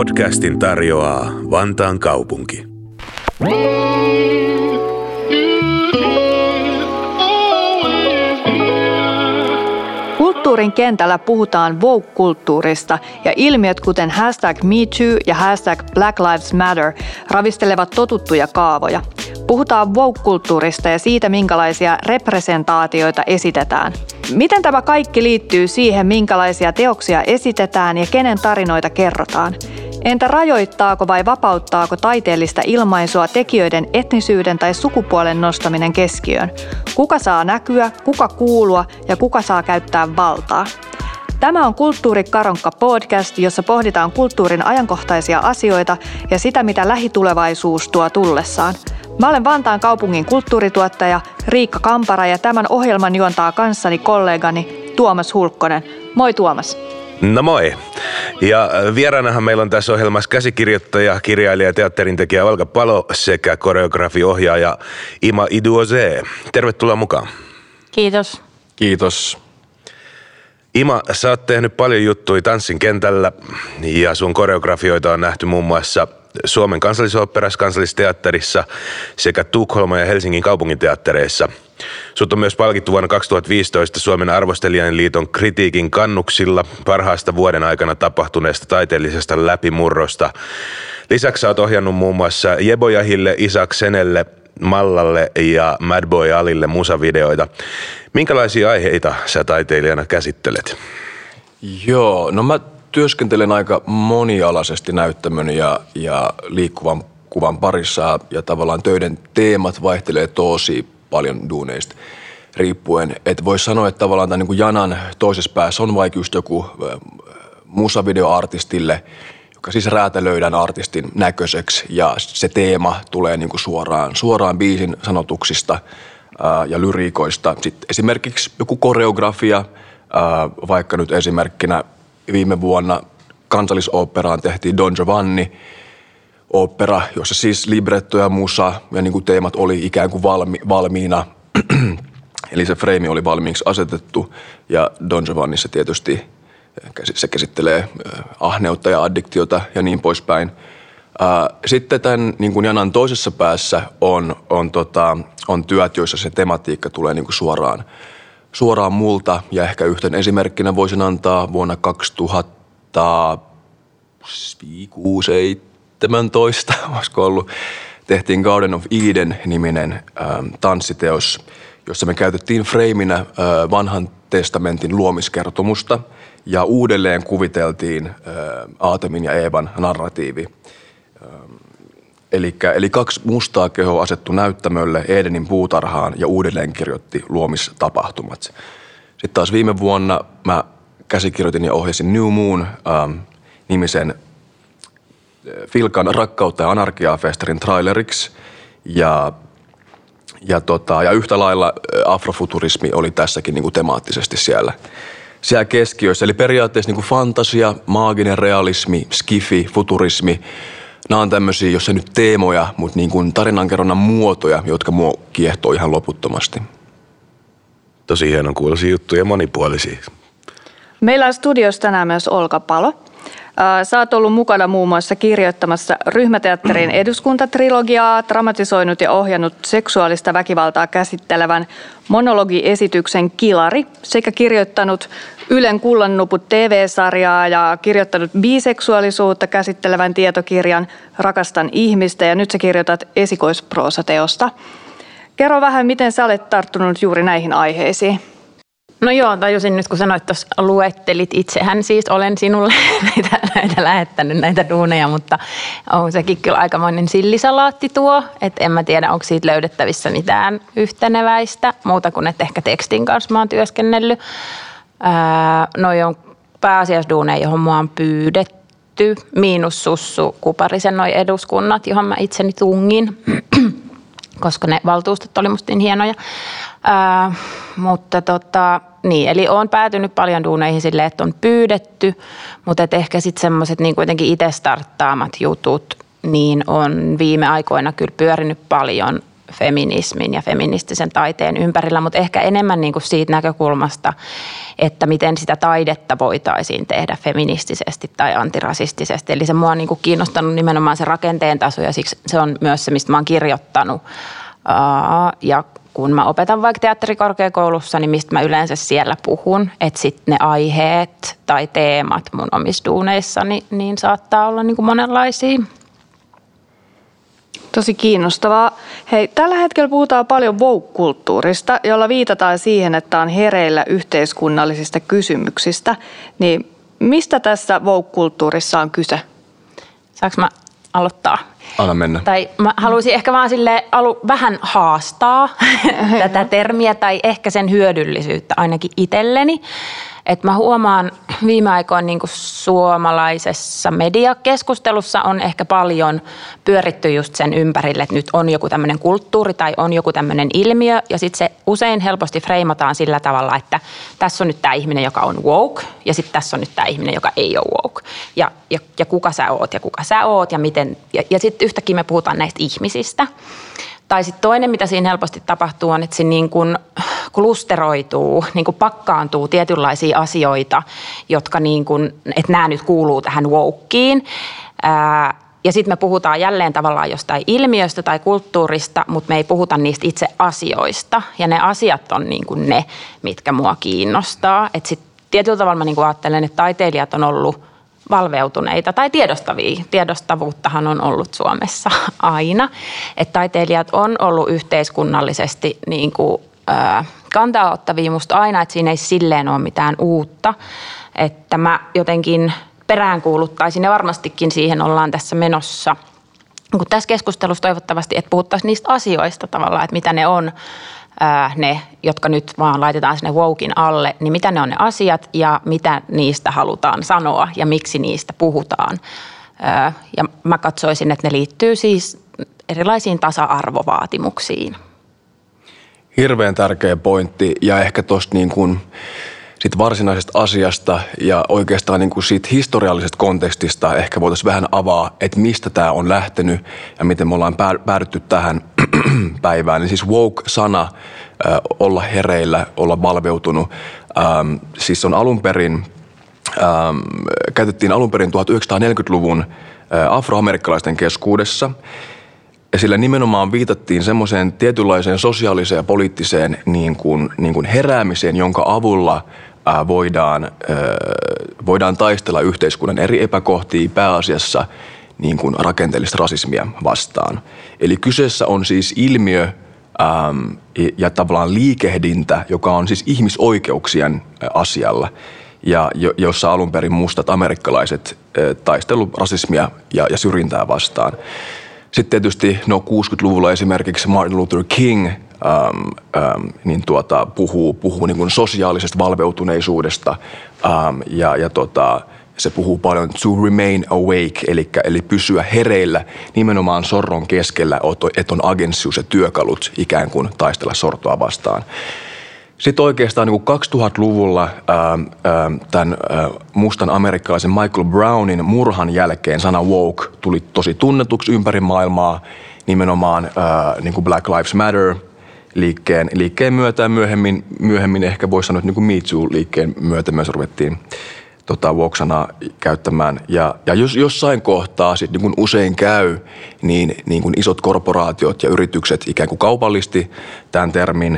Podcastin tarjoaa Vantaan kaupunki. Kulttuurin kentällä puhutaan woke-kulttuurista ja ilmiöt kuten #MeToo ja #Black Lives Matter ravistelevat totuttuja kaavoja. Puhutaan woke-kulttuurista ja siitä, minkälaisia representaatioita esitetään. Miten tämä kaikki liittyy siihen, minkälaisia teoksia esitetään ja kenen tarinoita kerrotaan? Entä rajoittaako vai vapauttaako taiteellista ilmaisua tekijöiden etnisyyden tai sukupuolen nostaminen keskiöön? Kuka saa näkyä, kuka kuulua ja kuka saa käyttää valtaa? Tämä on Kulttuurikaronkka podcast, jossa pohditaan kulttuurin ajankohtaisia asioita ja sitä, mitä lähitulevaisuus tuo tullessaan. Mä olen Vantaan kaupungin kulttuurituottaja Riikka Kampara ja tämän ohjelman juontaa kanssani kollegani Tuomas Hulkkonen. Moi Tuomas. No moi. Ja vieraanahan meillä on tässä ohjelmassa käsikirjoittaja, kirjailija ja teatterintekijä Olga Palo sekä koreografiohjaaja Ima Iduoze. Tervetuloa mukaan. Kiitos. Kiitos. Ima, sä oot tehnyt paljon juttuja tanssin kentällä ja sun koreografioita on nähty muun muassa Suomen kansallisoopperassa, kansallisteatterissa sekä Tukholman ja Helsingin kaupunginteattereissa. Sut on myös palkittu vuonna 2015 Suomen arvostelijain liiton kritiikin kannuksilla parhaasta vuoden aikana tapahtuneesta taiteellisesta läpimurrosta. Lisäksi sä oot ohjannut muun muassa Jebojahille, Isak Senelle, Mallalle ja Madboy Alille musavideoita. Minkälaisia aiheita sä taiteilijana käsittelet? Joo, no mä työskentelen aika monialaisesti näyttämön ja liikkuvan kuvan parissa ja tavallaan töiden teemat vaihtelee tosi paljon duuneista riippuen. Että voisi sanoa, että tavallaan tämän niin kuin janan toisessa päässä on vaikka just joku musavideoartistille, joka siis räätälöidään artistin näköiseksi ja se teema tulee niin kuin suoraan biisin sanotuksista ja lyriikoista. Sitten esimerkiksi joku koreografia, vaikka nyt esimerkkinä viime vuonna Kansallisoopperaan tehtiin Don Giovanni -opera, jossa siis libretto ja musa ja niin kuin teemat oli ikään kuin valmiina. Eli se freimi oli valmiiksi asetettu ja Don Giovannissa tietysti se käsittelee ahneutta ja addiktiota ja niin poispäin. Sitten tämän niin kuin janan toisessa päässä on työt, joissa se tematiikka tulee niin kuin suoraan multa ja ehkä yhten esimerkkinä voisin antaa vuonna 2017, olisiko ollut, tehtiin Garden of Eden-niminen tanssiteos, jossa me käytettiin freiminä vanhan testamentin luomiskertomusta ja uudelleen kuviteltiin Aatemin ja Eevan narratiivi. Eli kaksi mustaa kehoa asettu näyttämölle Edenin puutarhaan ja uudelleen kirjoitti luomistapahtumat. Sitten taas viime vuonna mä käsikirjoitin ja ohjasin New Moon-nimisen Filkan Rakkautta ja anarkiaa-festarin traileriksi ja yhtä lailla afrofuturismi oli tässäkin niin kuin temaattisesti siellä keskiössä. Eli periaatteessa niin kuin fantasia, maaginen realismi, skifi, futurismi. Nämä on tämmöisiä, jos ei nyt teemoja, mutta niin kuin tarinankerronnan muotoja, jotka mua kiehtoo ihan loputtomasti. Tosi hienon kuuloisia juttuja, monipuolisia. Meillä on studiossa tänään myös Olga Palo. Sä oot ollut mukana muun muassa kirjoittamassa Ryhmäteatterin eduskuntatrilogiaa, dramatisoinut ja ohjannut seksuaalista väkivaltaa käsittelevän monologiesityksen Kilari sekä kirjoittanut Ylen Kullannuput TV-sarjaa ja kirjoittanut biseksuaalisuutta käsittelevän tietokirjan Rakastan ihmistä ja nyt sä kirjoitat esikoisproosateosta. Kerro vähän, miten sä olet tarttunut juuri näihin aiheisiin. No joo, tajusin nyt kun sanoit tuossa luettelit itsehän, siis olen sinulle näitä lähettänyt näitä duuneja, mutta on sekin kyllä aikamoinen sillisalaatti tuo, että en mä tiedä onko siitä löydettävissä mitään yhteneväistä, muuta kuin että ehkä tekstin kanssa mä oon työskennellyt. Noi on pääasiassa duuneja, johon mua on pyydetty, miinus Sussu Kuparisen noi eduskunnat, johon mä itseni tungin, koska ne valtuustot oli musta niin hienoja. Mutta niin, eli olen päätynyt paljon duuneihin silleen, että on pyydetty, mutta et ehkä sitten semmoiset niin kuitenkin itse starttaamat jutut, niin on viime aikoina kyllä pyörinyt paljon feminismin ja feministisen taiteen ympärillä, mutta ehkä enemmän niin kuin siitä näkökulmasta, että miten sitä taidetta voitaisiin tehdä feministisesti tai antirasistisesti. Eli se mua on niin kuin kiinnostanut nimenomaan se rakenteen taso ja siksi se on myös se, mistä mä oon kirjoittanut. Ja kun mä opetan vaikka teatterikorkeakoulussa, niin mistä mä yleensä siellä puhun, että sitten ne aiheet tai teemat mun omissa duuneissani niin saattaa olla niin kuin monenlaisia. Tosi kiinnostavaa. Hei, tällä hetkellä puhutaan paljon woke-kulttuurista, jolla viitataan siihen, että on hereillä yhteiskunnallisista kysymyksistä. Niin mistä tässä woke-kulttuurissa on kyse? Saanko mä aloittaa? Anna mennä. Tai mä haluaisin ehkä vaan vähän haastaa tätä termiä tai ehkä sen hyödyllisyyttä ainakin itselleni. Että mä huomaan viime aikoina niin kuin suomalaisessa mediakeskustelussa on ehkä paljon pyöritty just sen ympärille, että nyt on joku tämmöinen kulttuuri tai on joku tämmöinen ilmiö. Ja sitten se usein helposti freimataan sillä tavalla, että tässä on nyt tämä ihminen, joka on woke ja sitten tässä on nyt tämä ihminen, joka ei ole woke. Ja kuka sä oot ja miten. Ja sitten yhtäkkiä me puhutaan näistä ihmisistä. Tai sitten toinen, mitä siinä helposti tapahtuu, on, että se niin kuin klusteroituu, niin kuin pakkaantuu tietynlaisia asioita, jotka niin kuin, että nämä nyt kuuluu tähän wokeen. Ja sitten me puhutaan jälleen tavallaan jostain ilmiöstä tai kulttuurista, mutta me ei puhuta niistä itse asioista. Ja ne asiat on niin kuin ne, mitkä mua kiinnostaa. Että sitten tietyllä tavalla mä niin kuin ajattelen, että taiteilijat on ollut valveutuneita tai tiedostavia. Tiedostavuuttahan on ollut Suomessa aina. Että taiteilijat on ollut yhteiskunnallisesti niin kuin, kantaa ottavia musta aina, että siinä ei silleen ole mitään uutta. Että mä jotenkin peräänkuuluttaisin ja varmastikin siihen ollaan tässä menossa. Kun tässä keskustelussa toivottavasti, että puhuttaisiin niistä asioista tavallaan, että mitä ne on ne, jotka nyt vaan laitetaan sinne woken alle, niin mitä ne on ne asiat ja mitä niistä halutaan sanoa ja miksi niistä puhutaan. Ja mä katsoisin, että ne liittyy siis erilaisiin tasa-arvovaatimuksiin. Hirveän tärkeä pointti ja ehkä tuosta niin kuin siitä varsinaisesta asiasta ja oikeastaan niin kuin siitä historiallisesta kontekstista ehkä voitaisiin vähän avaa, että mistä tämä on lähtenyt ja miten me ollaan päädytty tähän päivään. Niin siis woke-sana, olla hereillä, olla valveutunut, siis on käytettiin alun perin 1940-luvun afroamerikkalaisten keskuudessa. Ja sillä nimenomaan viitattiin semmoiseen tietynlaiseen sosiaaliseen ja poliittiseen niin kuin heräämiseen, jonka avulla voidaan taistella yhteiskunnan eri epäkohtia pääasiassa niin kuin rakenteellista rasismia vastaan. Eli kyseessä on siis ilmiö ja tavallaan liikehdintä, joka on siis ihmisoikeuksien asialla ja jossa alun perin mustat amerikkalaiset taistellut rasismia ja syrjintää vastaan. Sitten tietysti 60-luvulla esimerkiksi Martin Luther King niin puhuu niin kuin sosiaalisesta valveutuneisuudesta ja se puhuu paljon to remain awake, eli pysyä hereillä nimenomaan sorron keskellä, että on agenssius ja työkalut ikään kuin taistella sortoa vastaan. Sitten oikeastaan niin kuin 2000-luvulla tämän mustan amerikkalaisen Michael Brownin murhan jälkeen sana woke tuli tosi tunnetuksi ympäri maailmaa, nimenomaan niin kuin Black Lives Matter liikkeen myötä ja myöhemmin ehkä voisi sanoa, että niin kuin Me Too-liikkeen myötä myös ruvettiin woke-sanaa käyttämään. Ja jossain kohtaa sitten niin kuin usein käy, niin kuin isot korporaatiot ja yritykset ikään kuin kaupallisti tämän termin,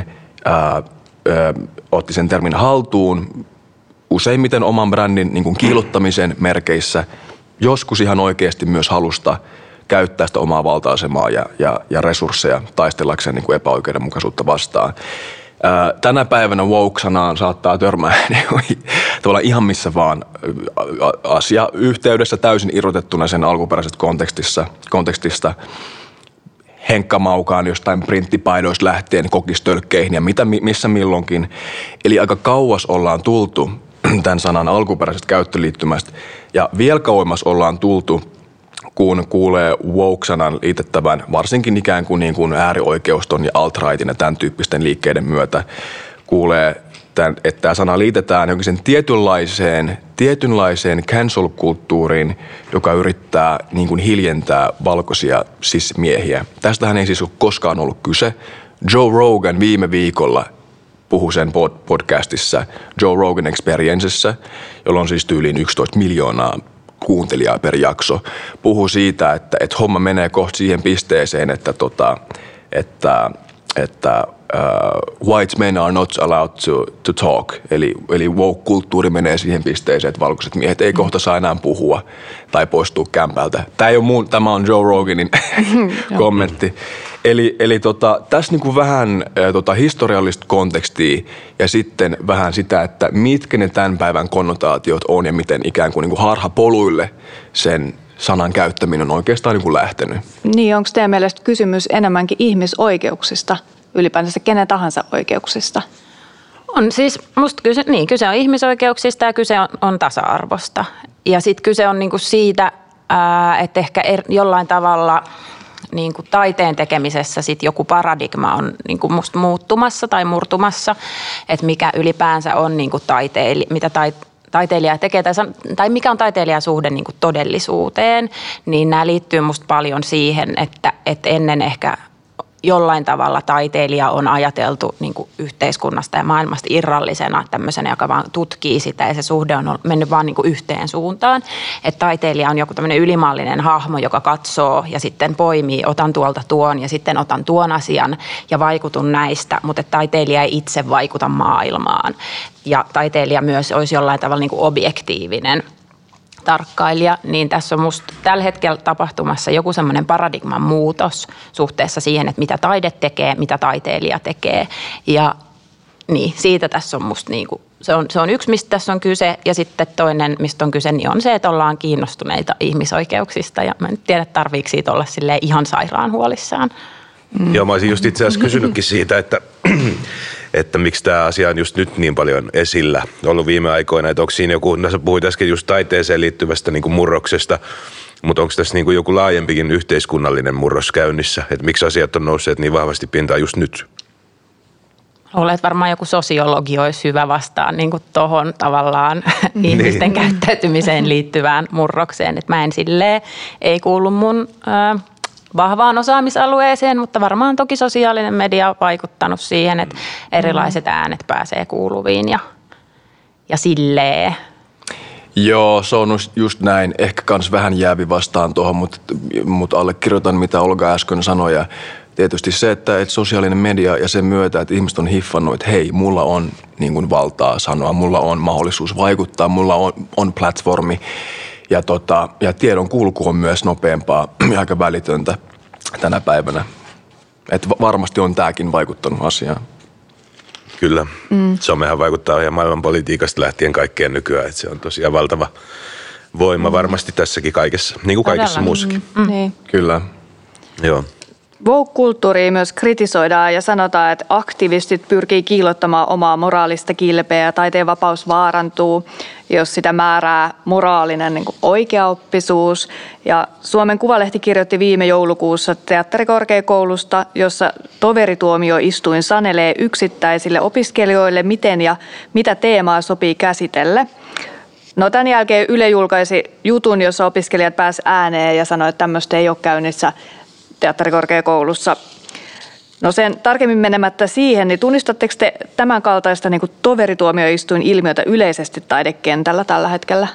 otti sen termin haltuun, useimmiten oman brändin niin kuin kiillottamisen merkeissä, joskus ihan oikeasti myös halusta käyttää sitä omaa valta-asemaa ja resursseja taistellakseen niin kuin epäoikeudenmukaisuutta vastaan. Tänä päivänä woke-sanaan saattaa törmää tavallaan ihan missä vaan asiayhteydessä täysin irrotettuna sen alkuperäisestä kontekstista. Henkka Maukaan jostain printtipaidoista lähtien kokistölkkeihin ja missä milloinkin. Eli aika kauas ollaan tultu tämän sanan alkuperäisestä käyttöliittymästä ja vielä kauemmas ollaan tultu, kun kuulee woke-sanan liitettävän varsinkin ikään kuin, äärioikeuston ja alt-rightin ja tämän tyyppisten liikkeiden myötä kuulee, että tämä sana liitetään jonkin sen tietynlaiseen tietynlaiseen cancel-kulttuuriin, joka yrittää niin kuin hiljentää valkoisia cis-miehiä. Tästähän ei siis ole koskaan ollut kyse. Joe Rogan viime viikolla puhui sen podcastissa Joe Rogan Experiencessa, jolla on siis tyyliin 11 miljoonaa kuuntelijaa per jakso. Puhui siitä, että homma menee kohta siihen pisteeseen, että white men are not allowed to talk. Eli woke-kulttuuri menee siihen pisteeseen, että valkoiset miehet ei kohta saa enää puhua tai poistua kämpältä. Tämä on Joe Roganin kommentti. Eli tässä niinku vähän historiallista kontekstia ja sitten vähän sitä, että mitkä ne tämän päivän konnotaatiot on ja miten ikään kuin niinku harhapoluille sen sanan käyttäminen on oikeastaan niinku lähtenyt. Niin, onko teidän mielestä kysymys enemmänkin ihmisoikeuksista, ylipäänsä kenen tahansa oikeuksista? On siis, musta kyse on ihmisoikeuksista ja kyse on tasa-arvosta. Ja sitten kyse on niinku siitä, että ehkä jollain tavalla niinku taiteen tekemisessä sit joku paradigma on niinku musta muuttumassa tai murtumassa, että mikä ylipäänsä on niinku mitä taiteilija tekee tai mikä on taiteilijan suhde niinku todellisuuteen, niin nämä liittyy musta paljon siihen, että ennen ehkä jollain tavalla taiteilija on ajateltu niin kuin yhteiskunnasta ja maailmasta irrallisena tämmöisenä, joka vaan tutkii sitä ja se suhde on mennyt vaan niin kuin yhteen suuntaan. Että taiteilija on joku tämmöinen ylimaallinen hahmo, joka katsoo ja sitten poimii, otan tuolta tuon ja sitten otan tuon asian ja vaikutun näistä, mutta taiteilija ei itse vaikuta maailmaan. Ja taiteilija myös olisi jollain tavalla niin kuin objektiivinen tarkkailija, niin tässä on musta tällä hetkellä tapahtumassa joku semmoinen paradigman muutos suhteessa siihen, että mitä taide tekee, mitä taiteilija tekee. Ja niin, siitä tässä on musta niinku, se on yksi, mistä tässä on kyse, ja sitten toinen, mistä on kyse, niin on se, että ollaan kiinnostuneita ihmisoikeuksista, ja mä en tiedä, tarviiko siitä olla silleen ihan sairaan huolissaan. Joo, mä olisin just itse asiassa kysynytkin siitä, että miksi tämä asia on just nyt niin paljon esillä ollut viime aikoina, että onko siinä joku, no sä puhuit äsken just taiteeseen liittyvästä niin kuin murroksesta, mutta onko tässä niin kuin joku laajempikin yhteiskunnallinen murros käynnissä, että miksi asiat on nousseet niin vahvasti pintaan just nyt? Luulen, että varmaan joku sosiologi olisi hyvä vastaan niin kuin tohon tavallaan ihmisten käyttäytymiseen liittyvään murrokseen, että mä en silleen, ei kuulu mun vahvaan osaamisalueeseen, mutta varmaan toki sosiaalinen media on vaikuttanut siihen, että erilaiset äänet pääsee kuuluviin ja silleen. Joo, se on just näin. Ehkä kans vähän jäävi vastaan tuohon, mutta allekirjoitan, mitä Olga äsken sanoi. Ja tietysti se, että sosiaalinen media ja sen myötä, että ihmiset on hiffannut, että hei, mulla on niin kuin valtaa sanoa, mulla on mahdollisuus vaikuttaa, mulla on platformi. Ja tiedon kulku on myös nopeampaa ja aika välitöntä tänä päivänä. Että varmasti on tämäkin vaikuttanut asiaan. Kyllä. Somehan vaikuttaa ihan maailman politiikasta lähtien kaikkeen nykyään. Että se on tosiaan valtava voima varmasti tässäkin kaikessa, niin kuin kaikessa muussakin. Niin. Kyllä. Joo. Woke-kulttuuria myös kritisoidaan ja sanotaan, että aktivistit pyrkii kiillottamaan omaa moraalista kilpeä ja taiteen vapaus vaarantuu, jos sitä määrää moraalinen niin kuin oikeaoppisuus. Ja Suomen Kuvalehti kirjoitti viime joulukuussa teatterikorkeakoulusta, jossa toverituomioistuin sanelee yksittäisille opiskelijoille, miten ja mitä teemaa sopii käsitellä. No tämän jälkeen Yle julkaisi jutun, jossa opiskelijat pääsivät ääneen ja sanoi, että tämmöistä ei ole käynnissä teatterikorkeakoulussa. No sen tarkemmin menemättä siihen, niin tunnistatteko te tämän kaltaista niin kuin toverituomioistuin ilmiötä yleisesti taidekentällä tällä hetkellä?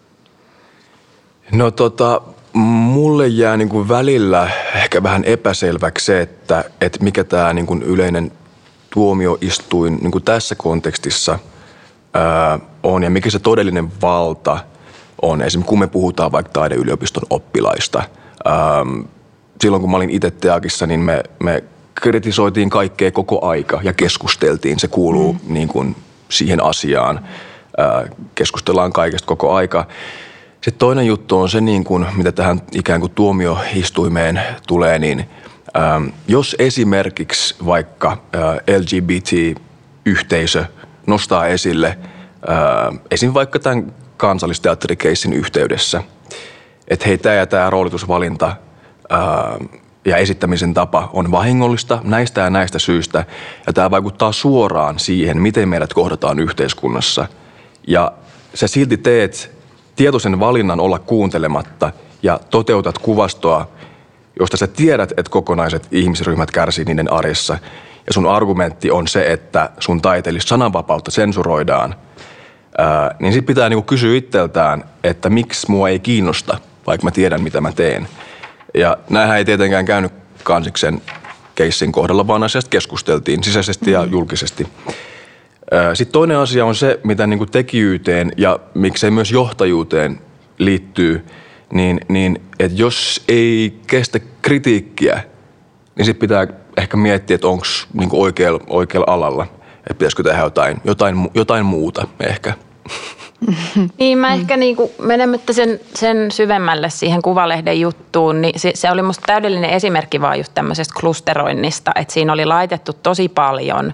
No mulle jää niin kuin välillä ehkä vähän epäselväksi se, että mikä tämä niin kuin yleinen tuomioistuin niin kuin tässä kontekstissa on ja mikä se todellinen valta on. Esimerkiksi kun me puhutaan vaikka taideyliopiston oppilaista, silloin kun mä olin itse teakissa, niin me kritisoitiin kaikkea koko aika ja keskusteltiin. Se kuuluu niin kuin siihen asiaan. Keskustellaan kaikesta koko aika. Sitten toinen juttu on se, niin kuin, mitä tähän ikään kuin tuomioistuimeen tulee, niin jos esimerkiksi vaikka LGBT-yhteisö nostaa esille esim. Vaikka tämän kansallisteatterikeissin yhteydessä, että hei, tämä ja tämä roolitusvalinta ja esittämisen tapa on vahingollista näistä ja näistä syistä, ja tämä vaikuttaa suoraan siihen, miten meidät kohdataan yhteiskunnassa. Ja sä silti teet tietoisen valinnan olla kuuntelematta ja toteutat kuvastoa, josta sä tiedät, että kokonaiset ihmisryhmät kärsii niiden arjessa. Ja sun argumentti on se, että sun taiteellista sananvapautta sensuroidaan, niin sit pitää niinku kysyä itseltään, että miksi mua ei kiinnosta, vaikka mä tiedän, mitä mä teen. Ja näinhän ei tietenkään käynyt Kansiksen keissin kohdalla, vaan asiasta keskusteltiin sisäisesti ja julkisesti. Sitten toinen asia on se, mitä niinku tekijyyteen ja miksei myös johtajuuteen liittyy, niin että jos ei kestä kritiikkiä, niin sitten pitää ehkä miettiä, että onko niinku oikealla alalla, että pitäisikö tehdä jotain muuta ehkä. Niin mä ehkä niinku menemättä sen syvemmälle siihen Kuvalehden juttuun, niin se oli musta täydellinen esimerkki vaan just tämmöisestä klusteroinnista, että siinä oli laitettu tosi paljon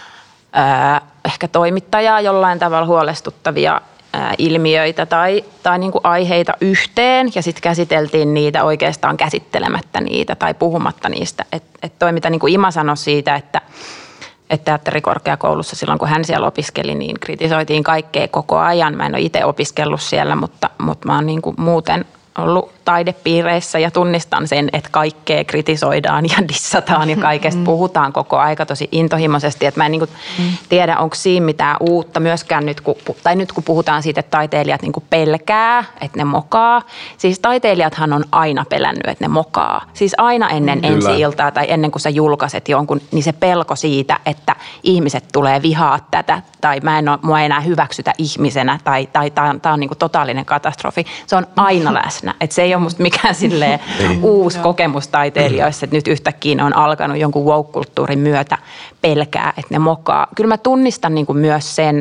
ehkä toimittajaa jollain tavalla huolestuttavia ilmiöitä tai niinku aiheita yhteen ja sitten käsiteltiin niitä oikeastaan käsittelemättä niitä tai puhumatta niistä. Et toi mitä niinku Ima sanoi siitä, että teatterikorkeakoulussa silloin kun hän siellä opiskeli, niin kritisoitiin kaikkea koko ajan. Mä en ole itse opiskellut siellä, mutta mä oon niinku muuten ollut taidepiireissä ja tunnistan sen, että kaikkea kritisoidaan ja dissataan ja kaikesta puhutaan koko aika tosi intohimoisesti. Että mä en niinku tiedä, onko siinä mitään uutta myöskään nyt, kun puhutaan siitä, että taiteilijat niinku pelkää, että ne mokaa. Siis taiteilijathan on aina pelännyt, että ne mokaa. Siis aina ennen ensi-iltaa tai ennen kuin sä julkaiset jonkun, niin se pelko siitä, että ihmiset tulee vihaa tätä tai mua ei enää hyväksytä ihmisenä tai tää on niinku totaalinen katastrofi. Se on aina läsnä. Että se ei ole musta mikään silleen uusi kokemus taiteilijoissa, että nyt yhtäkkiä ne on alkanut jonkun woke-kulttuurin myötä pelkää, että ne mokaa. Kyllä mä tunnistan niinku myös sen,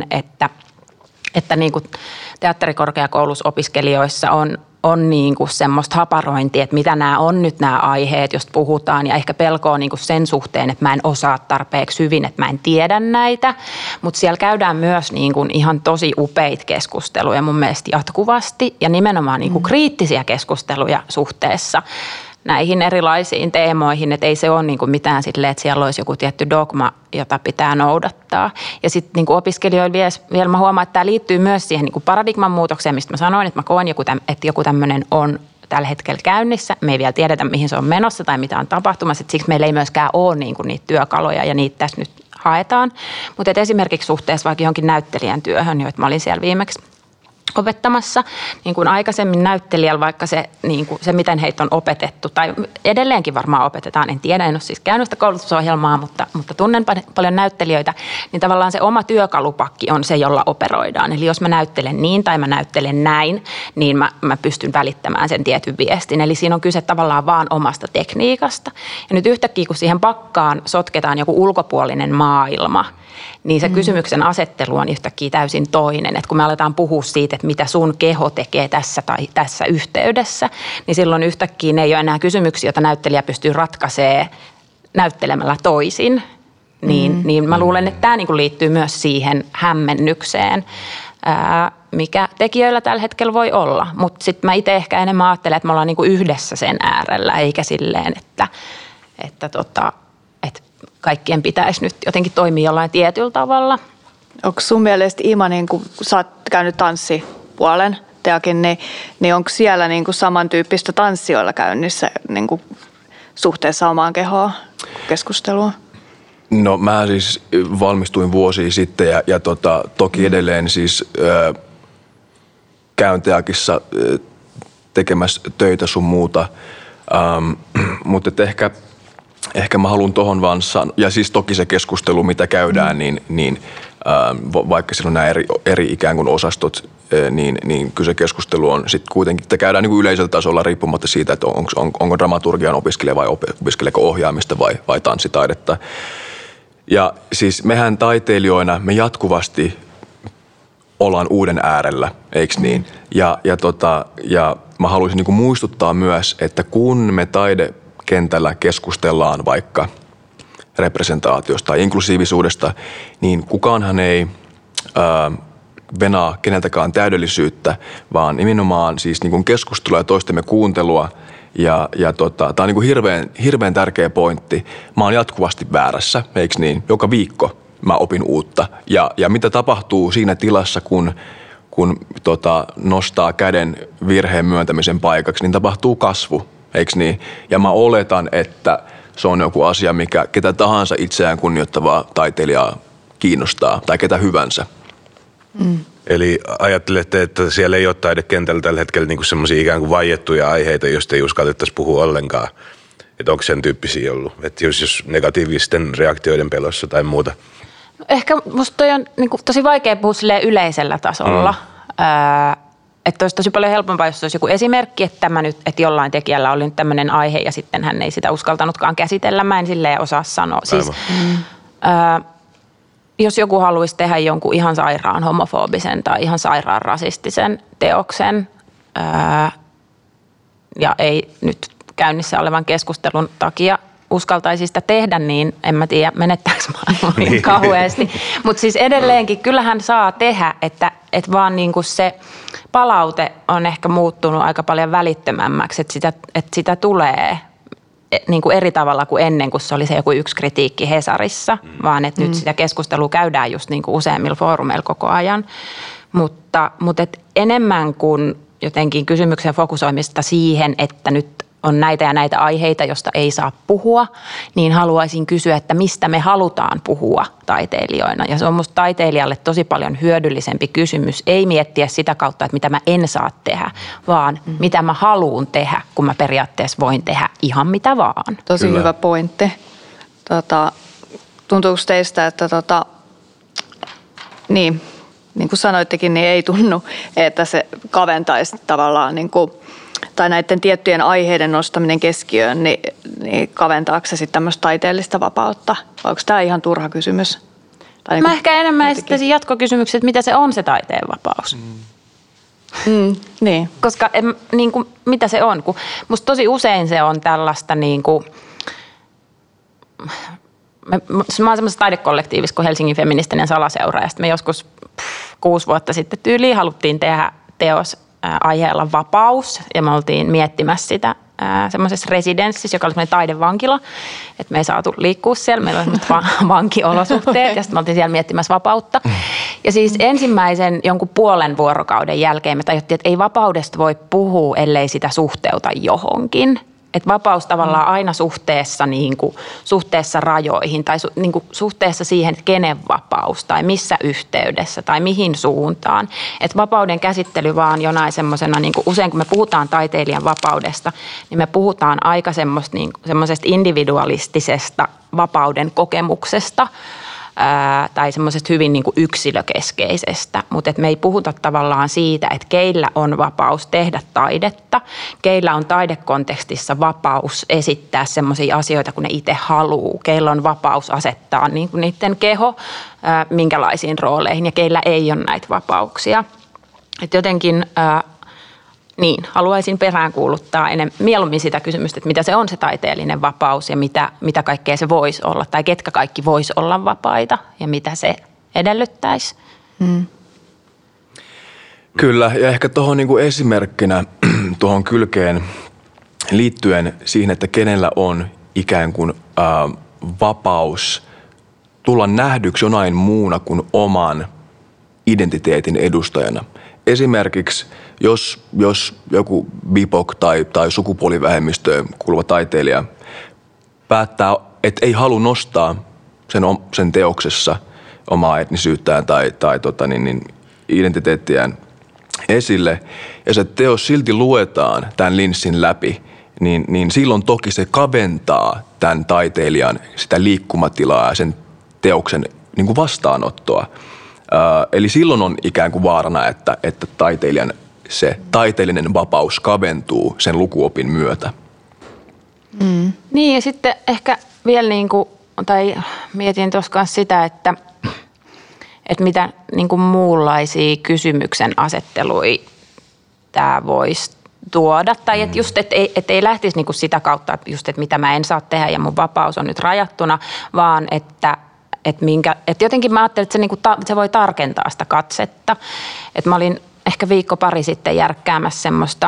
että niinku teatterikorkeakoulussa opiskelijoissa on niinku semmoista haparointia, että mitä nämä on nyt nämä aiheet, josta puhutaan ja ehkä pelkoa niinku sen suhteen, että mä en osaa tarpeeksi hyvin, että mä en tiedä näitä, mutta siellä käydään myös niinku ihan tosi upeita keskusteluja mun mielestä jatkuvasti ja nimenomaan niinku kriittisiä keskusteluja suhteessa näihin erilaisiin teemoihin, että ei se ole niinku mitään silleen, että siellä olisi joku tietty dogma, jota pitää noudattaa. Ja sitten niinku opiskelijoilla vielä mä huomaan, että tämä liittyy myös siihen niinku paradigman muutokseen, mistä mä sanoin, että mä koen, että joku tämmöinen on tällä hetkellä käynnissä. Me ei vielä tiedetä, mihin se on menossa tai mitä on tapahtumassa, että siksi meillä ei myöskään ole niinku niitä työkaluja ja niitä tässä nyt haetaan. Mutta esimerkiksi suhteessa vaikka johonkin näyttelijän työhön, joita mä olin siellä viimeksi opettamassa, niin kuin aikaisemmin näyttelijällä, vaikka se, niin kuin se, miten heitä on opetettu, tai edelleenkin varmaan opetetaan, en tiedä, en ole siis käynyt sitä koulutusohjelmaa, mutta tunnen paljon näyttelijöitä, niin tavallaan se oma työkalupakki on se, jolla operoidaan. Eli jos mä näyttelen niin tai mä näyttelen näin, niin mä pystyn välittämään sen tietyn viestin. Eli siinä on kyse tavallaan vaan omasta tekniikasta. Ja nyt yhtäkkiä, kun siihen pakkaan sotketaan joku ulkopuolinen maailma, niin se kysymyksen asettelu on yhtäkkiä täysin toinen. Että kun me aletaan puhua siitä, että mitä sun keho tekee tässä tai tässä yhteydessä, niin silloin yhtäkkiä ne ei ole enää kysymyksiä, joita näyttelijä pystyy ratkaisemaan näyttelemällä toisin. Niin mä luulen, että tämä niinku liittyy myös siihen hämmennykseen, mikä tekijöillä tällä hetkellä voi olla. Mutta sitten mä itse ehkä enemmän ajattelen, että me ollaan niinku yhdessä sen äärellä, eikä silleen, että kaikkien pitäisi nyt jotenkin toimia jollain tietyllä tavalla. Onko sun mielestä, Ima, niin kun sä oot käynyt tanssipuolen teakin, niin onko siellä niin kuin samantyyppistä tanssijoilla käynnissä niin kuin suhteessa omaan kehoon keskustelua? No mä siis valmistuin vuosia sitten ja toki edelleen siis käyn teakissa tekemässä töitä sun muuta, mutta ehkä mä haluan tohon vaan sanoa, ja siis toki se keskustelu, mitä käydään, niin vaikka siinä on nämä eri ikään kuin osastot, niin kyllä se keskustelu on sitten kuitenkin, että käydään niin kuin yleisellä tasolla riippumatta siitä, että onko dramaturgian opiskelija vai opiskeleeko ohjaamista vai tanssitaidetta. Ja siis mehän taiteilijoina, me jatkuvasti ollaan uuden äärellä, eikö niin? Ja mä haluaisin niin kuin muistuttaa myös, että kun me taidekentällä keskustellaan vaikka representaatiosta tai inklusiivisuudesta, niin kukaanhan ei venaa keneltäkään täydellisyyttä, vaan nimenomaan siis niin kuin keskustelua ja toistemme kuuntelua. Ja tämä on niin kuin hirveän tärkeä pointti. Mä oon jatkuvasti väärässä, eikö niin? Joka viikko mä opin uutta. Ja mitä tapahtuu siinä tilassa, kun kun nostaa käden virheen myöntämisen paikaksi, niin tapahtuu kasvu, eikö niin? Ja mä oletan, että se on joku asia, mikä ketä tahansa itseään kunnioittavaa taiteilijaa kiinnostaa, tai ketä hyvänsä. Eli ajattelette, että siellä ei ole taidekentällä tällä hetkellä niinku semmoisia ikään kuin vaiettuja aiheita, joista ei uskallettaisi puhua ollenkaan. Että onko sen tyyppisiä ollut? Että jos negatiivisten reaktioiden pelossa tai muuta. No ehkä musta toi on niin kuin tosi vaikea puhua yleisellä tasolla. Että olisi tosi paljon helpompaa, jos olisi joku esimerkki, että että jollain tekijällä oli nyt tämmöinen aihe ja sitten hän ei sitä uskaltanutkaan käsitellä. Mä en silleen osaa sanoa. Siis, jos joku haluaisi tehdä jonkun ihan sairaan homofobisen tai ihan sairaan rasistisen teoksen ja ei nyt käynnissä olevan keskustelun takia uskaltaisi sitä tehdä, niin en mä tiedä, menettääkö maailma niin kauheasti. Mutta siis edelleenkin kyllähän saa tehdä, että vaan niinku se palaute on ehkä muuttunut aika paljon välittömämmäksi, että sitä tulee niinku eri tavalla kuin ennen, kun se oli se joku yksi kritiikki Hesarissa, vaan että nyt sitä keskustelua käydään just niinku useammilla foorumeilla koko ajan. Mutta et enemmän kuin jotenkin kysymyksen fokusoimista siihen, että nyt on näitä ja näitä aiheita, joista ei saa puhua, niin haluaisin kysyä, että mistä me halutaan puhua taiteilijoina. Ja se on musta taiteilijalle tosi paljon hyödyllisempi kysymys. Ei miettiä sitä kautta, että mitä mä en saa tehdä, vaan mitä mä haluun tehdä, kun mä periaatteessa voin tehdä ihan mitä vaan. Tosi hyvä pointti. Tuntuuko teistä, että niin kuin sanoittekin, niin ei tunnu, että se kaventaisi tavallaan niin kuin, tai näiden tiettyjen aiheiden nostaminen keskiöön, niin kaventaako se sitten tämmöistä taiteellista vapautta? Vai onko tämä ihan turha kysymys? Tai mä ehkä enemmän esittäisin jatkokysymykset, että mitä se on se taiteen vapaus. Niin. Koska niin kuin, mitä se on? Kun musta tosi usein se on tällaista niin kuin, mä oon semmoisessa taidekollektiivissa kuin Helsingin feministinen salaseura, ja sitten me joskus 6 vuotta sitten tyyliin haluttiin tehdä teos aiheella vapaus, ja me oltiin miettimässä sitä semmoisessa residenssissä, joka oli semmoinen taidevankila, että me ei saatu liikkua siellä, meillä oli semmoiset vankiolosuhteet, ja sitten me oltiin siellä miettimässä vapautta. Ja siis ensimmäisen jonkun puolen vuorokauden jälkeen me tajuttiin, että ei vapaudesta voi puhua, ellei sitä suhteuta johonkin. Että vapaus tavallaan aina suhteessa rajoihin tai suhteessa siihen, että kenen vapaus tai missä yhteydessä tai mihin suuntaan. Että vapauden käsittely vaan jonain semmoisena, niin usein kun me puhutaan taiteilijan vapaudesta, niin me puhutaan aika semmoisesta individualistisesta vapauden kokemuksesta tai semmoisesta hyvin niin kuin yksilökeskeisestä, mutta me ei puhuta tavallaan siitä, että keillä on vapaus tehdä taidetta, keillä on taidekontekstissa vapaus esittää semmoisia asioita, kun ne itse haluaa, keillä on vapaus asettaa niin kuin niiden keho minkälaisiin rooleihin ja keillä ei ole näitä vapauksia. Että jotenkin niin, haluaisin peräänkuuluttaa mieluummin sitä kysymystä, että mitä se on se taiteellinen vapaus ja mitä kaikkea se voisi olla tai ketkä kaikki voisi olla vapaita ja mitä se edellyttäisi. Kyllä, ja ehkä tuohon niin kuin esimerkkinä tuohon kylkeen liittyen siihen, että kenellä on ikään kuin vapaus tulla nähdyksi jonain muuna kuin oman identiteetin edustajana. Esimerkiksi jos joku BIPOC tai sukupuolivähemmistöön kuuluva taiteilija päättää, että ei halua nostaa sen teoksessa omaa etnisyyttään tai identiteettiään esille, ja se teos silti luetaan tämän linssin läpi, niin silloin toki se kaventaa tämän taiteilijan sitä liikkumatilaa ja sen teoksen niin kuin vastaanottoa. Eli silloin on ikään kuin vaarana, että taiteilijan se taiteellinen vapaus kaventuu sen lukuopin myötä. Niin ja sitten ehkä vielä tai mietin tuossa kanssa sitä, että mitä muunlaisia kysymyksen asetteluja tämä voisi tuoda. Tai että just, et ei lähtisi sitä kautta, että mitä mä en saa tehdä ja mun vapaus on nyt rajattuna, vaan että jotenkin mä ajattelin, että se voi tarkentaa sitä katsetta. Että mä olin ehkä viikko pari sitten järkkäämässä semmoista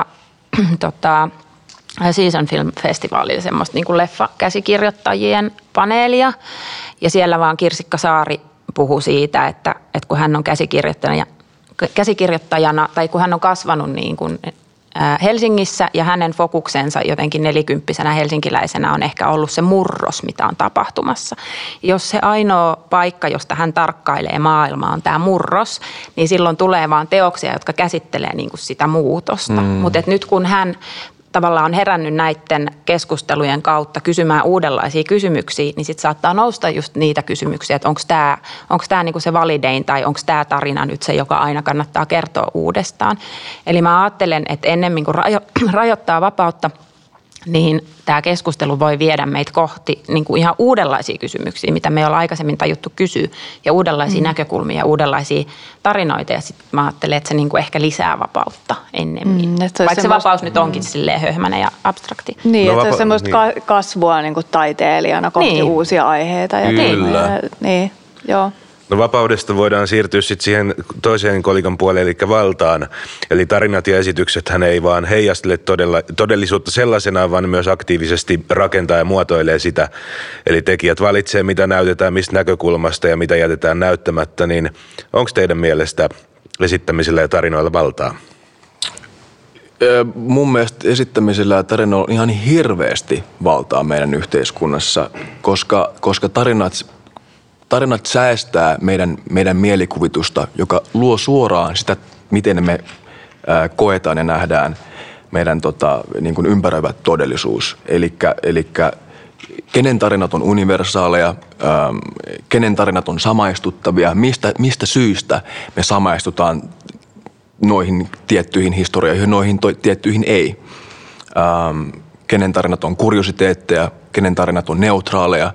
Season Film Festivalilla semmoista leffakäsikirjoittajien paneelia. Ja siellä vaan Kirsikka Saari puhui siitä, että kun hän on käsikirjoittajana käsikirjoittajana, tai kun hän on kasvanut niin kuin Helsingissä ja hänen fokuksensa jotenkin 40-vuotiaana helsinkiläisenä on ehkä ollut se murros, mitä on tapahtumassa. Jos se ainoa paikka, josta hän tarkkailee maailmaa on tämä murros, niin silloin tulee vaan teoksia, jotka käsittelee niin kuin sitä muutosta. Mutta nyt kun hän tavallaan on herännyt näiden keskustelujen kautta kysymään uudenlaisia kysymyksiä, niin sitten saattaa nousta just niitä kysymyksiä, että onko tämä niinku se validein tai onko tämä tarina nyt se, joka aina kannattaa kertoa uudestaan. Eli mä ajattelen, että ennemmin kuin rajoittaa vapautta, niin tämä keskustelu voi viedä meitä kohti niin kuin ihan uudenlaisia kysymyksiä, mitä me ei olla aikaisemmin tajuttu kysyä, ja uudenlaisia näkökulmia ja uudenlaisia tarinoita. Ja sitten mä ajattelen, että se niin kuin ehkä lisää vapautta ennemmin. Vaikka se vapaus nyt onkin silleen höhmäinen ja abstrakti. Niin, että se on semmoista kasvua niin kuin taiteilijana kohti uusia aiheita. Ja kyllä. Niin, joo. No vapaudesta voidaan siirtyä sitten siihen toiseen kolikon puoleen, eli valtaan. Eli tarinat ja esitykset hän ei vaan heijastele todellisuutta sellaisenaan, vaan myös aktiivisesti rakentaa ja muotoilee sitä. Eli tekijät valitsee, mitä näytetään, mistä näkökulmasta ja mitä jätetään näyttämättä. Niin onko teidän mielestä esittämisellä ja tarinoilla valtaa? Mun mielestä esittämisellä ja tarinoilla on ihan hirveästi valtaa meidän yhteiskunnassa, koska tarinat säästää meidän mielikuvitusta, joka luo suoraan sitä, miten me koetaan ja nähdään meidän niin kuin ympäröivä todellisuus. Elikkä kenen tarinat on universaaleja, kenen tarinat on samaistuttavia, mistä syistä me samaistutaan noihin tiettyihin historioihin, noihin tiettyihin ei. Kenen tarinat on kuriositeetteja, kenen tarinat on neutraaleja.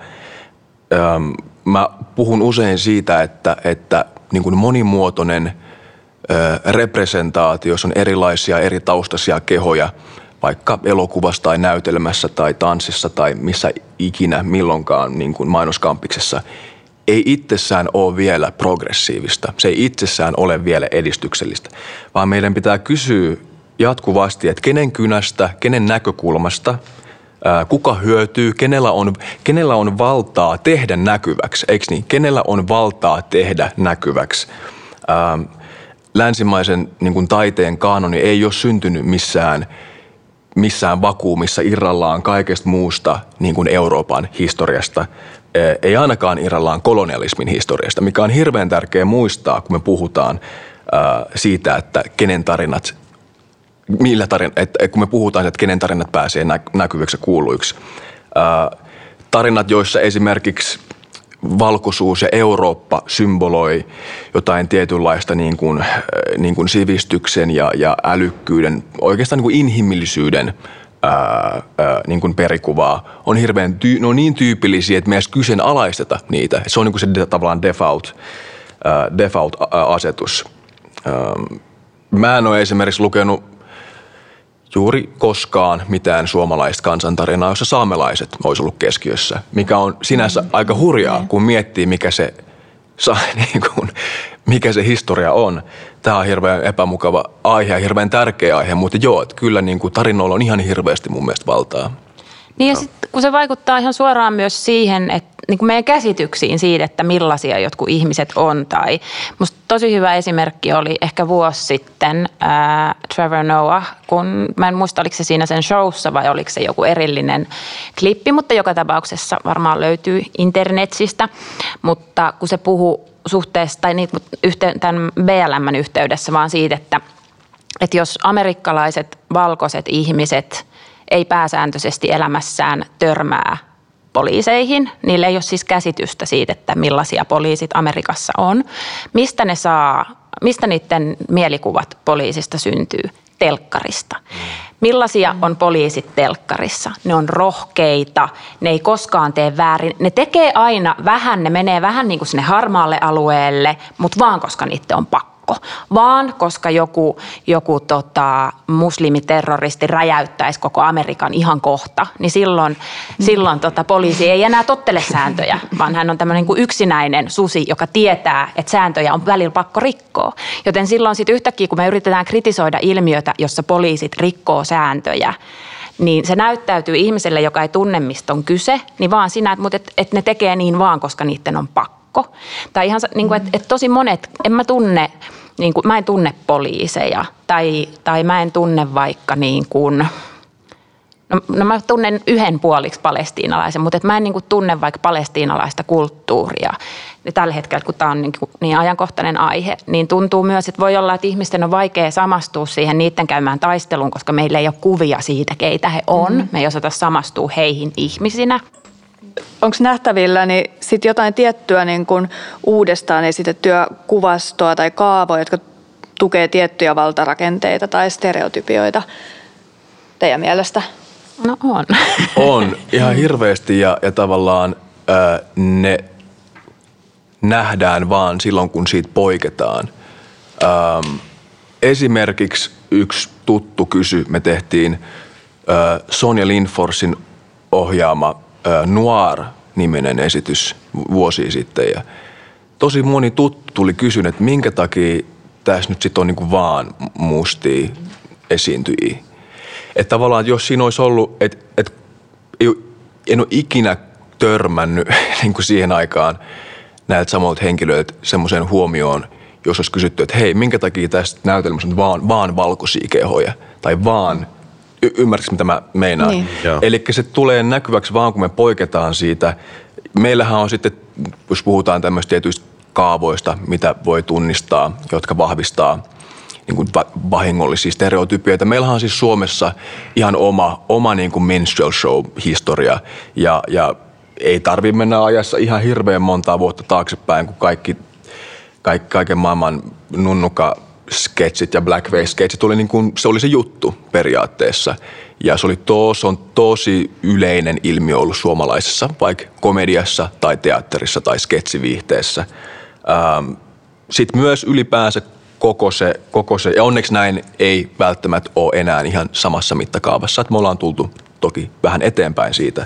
Mä puhun usein siitä, että niin kuin monimuotoinen representaatio, jos on erilaisia eri taustaisia kehoja, vaikka elokuvassa tai näytelmässä tai tanssissa tai missä ikinä milloinkaan niin kuin mainoskampiksessa, ei itsessään ole vielä progressiivista. Se ei itsessään ole vielä edistyksellistä, vaan meidän pitää kysyä jatkuvasti, että kenen kynästä, kenen näkökulmasta, kuka hyötyy, kenellä on valtaa tehdä näkyväksi, eikö niin? Kenellä on valtaa tehdä näkyväksi? Länsimaisen niin kuin taiteen kaanoni ei ole syntynyt missään vakuumissa irrallaan kaikesta muusta niin kuin Euroopan historiasta, ei ainakaan irrallaan kolonialismin historiasta, mikä on hirveän tärkeää muistaa, kun me puhutaan siitä, että kenen tarinat, kun me puhutaan, että kenen tarinat pääsee näkyviksi ja kuuluiksi. Tarinat, joissa esimerkiksi valkoisuus ja Eurooppa symboloi jotain tietynlaista niin kuin sivistyksen ja älykkyyden, oikeastaan niin kuin inhimillisyyden niin kuin perikuvaa, on ne on niin tyypillisiä, että me ei edes kyseenalaisteta niitä. Se on niin kuin se tavallaan default-asetus. Mä en ole esimerkiksi lukenut juuri koskaan mitään suomalaista kansantarinaa, jossa saamelaiset olisi ollut keskiössä, mikä on sinänsä aika hurjaa, kun miettii, mikä se historia on. Tämä on hirveän epämukava aihe ja hirveän tärkeä aihe, mutta joo, että kyllä niin kuin tarinoilla on ihan hirveästi mun mielestä valtaa. Niin ja sitten kun se vaikuttaa ihan suoraan myös siihen, että niin kuin meidän käsityksiin siitä, että millaisia jotkut ihmiset on. Tai musta tosi hyvä esimerkki oli ehkä vuosi sitten Trevor Noah, kun mä en muista, oliko se siinä sen showssa vai oliko se joku erillinen klippi, mutta joka tapauksessa varmaan löytyy internetsistä. Mutta kun se puhuu suhteessa tai tämän BLM:n yhteydessä vaan siitä, että jos amerikkalaiset valkoiset ihmiset ei pääsääntöisesti elämässään törmää poliiseihin. Niillä ei ole siis käsitystä siitä, että millaisia poliisit Amerikassa on. Mistä niiden mielikuvat poliisista syntyy? Telkkarista. Millaisia on poliisit telkkarissa? Ne on rohkeita, ne ei koskaan tee väärin. Ne tekee aina vähän, ne menee vähän niin kuin sinne harmaalle alueelle, mutta vaan koska niiden on pakko. Vaan koska joku muslimiterroristi räjäyttäisi koko Amerikan ihan kohta, niin silloin poliisi ei enää tottele sääntöjä, vaan hän on tämmöinen kuin yksinäinen susi, joka tietää, että sääntöjä on välillä pakko rikkoa. Joten silloin sitten yhtäkkiä, kun me yritetään kritisoida ilmiötä, jossa poliisit rikkoo sääntöjä, niin se näyttäytyy ihmiselle, joka ei tunne, mistä on kyse, niin vaan siinä, että ne tekee niin vaan, koska niiden on pakko. Tai ihan niin kuin, että tosi monet, en mä tunne niin kuin, mä en tunne poliiseja tai mä en tunne vaikka niin kuin, no mä tunnen yhden puoliksi palestiinalaisen, mutta mä en niin kuin tunne vaikka palestiinalaista kulttuuria. Ja tällä hetkellä, kun tämä on niin ajankohtainen aihe, niin tuntuu myös, että voi olla, että ihmisten on vaikea samastua siihen niiden käymään taisteluun, koska meillä ei ole kuvia siitä, keitä he on. Me ei osata samastua heihin ihmisinä. Onko nähtävillä niin sit jotain tiettyä niin kun uudestaan esitettyä kuvastoa tai kaavoja, jotka tukee tiettyjä valtarakenteita tai stereotypioita teidän mielestä? No on. On ihan hirveästi ja tavallaan ne nähdään vaan silloin, kun siitä poiketaan. Esimerkiksi yksi tuttu kysy, me tehtiin Sonja Lindforsin ohjaama Noir-niminen esitys vuosia sitten ja tosi moni tuttu tuli kysyä, että minkä takia tässä nyt sitten on niin kuin vaan mustia esiintyjiä. Että tavallaan jos siinä olisi ollut, että en ole ikinä törmännyt niin kuin siihen aikaan näiltä samoilta henkilöiltä semmoiseen huomioon, jos olisi kysytty, että hei, minkä takia tästä näytelmässä on vaan valkoisia kehoja tai vaan, ymmärrätkö mitä mä meinaan? Niin. Eli se tulee näkyväksi vaan, kun me poiketaan siitä. Meillähän on sitten, jos puhutaan tämmöistä tietyistä kaavoista, mitä voi tunnistaa, jotka vahvistaa niin kuin vahingollisia stereotypioita. Meillähän on siis Suomessa ihan oma niin kuin minstrel show-historia ja ei tarvitse mennä ajassa ihan hirveän montaa vuotta taaksepäin, kun kaiken maailman nunnuka-sketsit ja blackface-sketsit oli niin kuin, se oli se juttu periaatteessa. Ja se on tosi yleinen ilmiö ollut suomalaisessa, vaikka komediassa tai teatterissa tai sketsiviihteessä. Sitten myös ylipäänsä koko se, ja onneksi näin ei välttämättä ole enää ihan samassa mittakaavassa, että me ollaan tultu toki vähän eteenpäin siitä.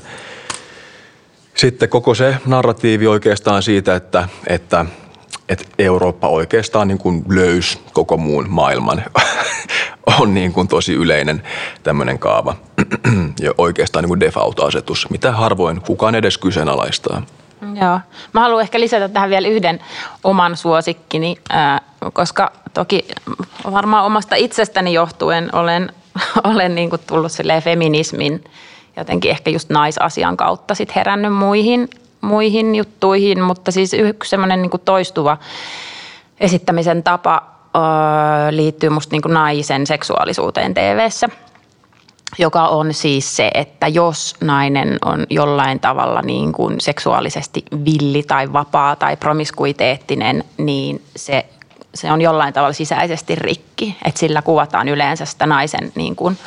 Sitten koko se narratiivi oikeastaan siitä, että Eurooppa oikeastaan niin kuin löysi koko muun maailman, on niin kuin tosi yleinen tämmöinen kaava ja oikeastaan niin kuin default-asetus, mitä harvoin kukaan edes kyseenalaistaa. Joo. Mä haluan ehkä lisätä tähän vielä yhden oman suosikkini, koska toki varmaan omasta itsestäni johtuen olen niin kuin tullut silleen feminismin jotenkin ehkä just naisasian kautta sit herännyt muihin juttuihin, mutta siis yksi semmoinen niin kuin toistuva esittämisen tapa liittyy musta niin kuin naisen seksuaalisuuteen TV:ssä, joka on siis se, että jos nainen on jollain tavalla niin kuin seksuaalisesti villi tai vapaa tai promiskuiteettinen, niin se on jollain tavalla sisäisesti rikki, että sillä kuvataan yleensä sitä naisen niin kuin,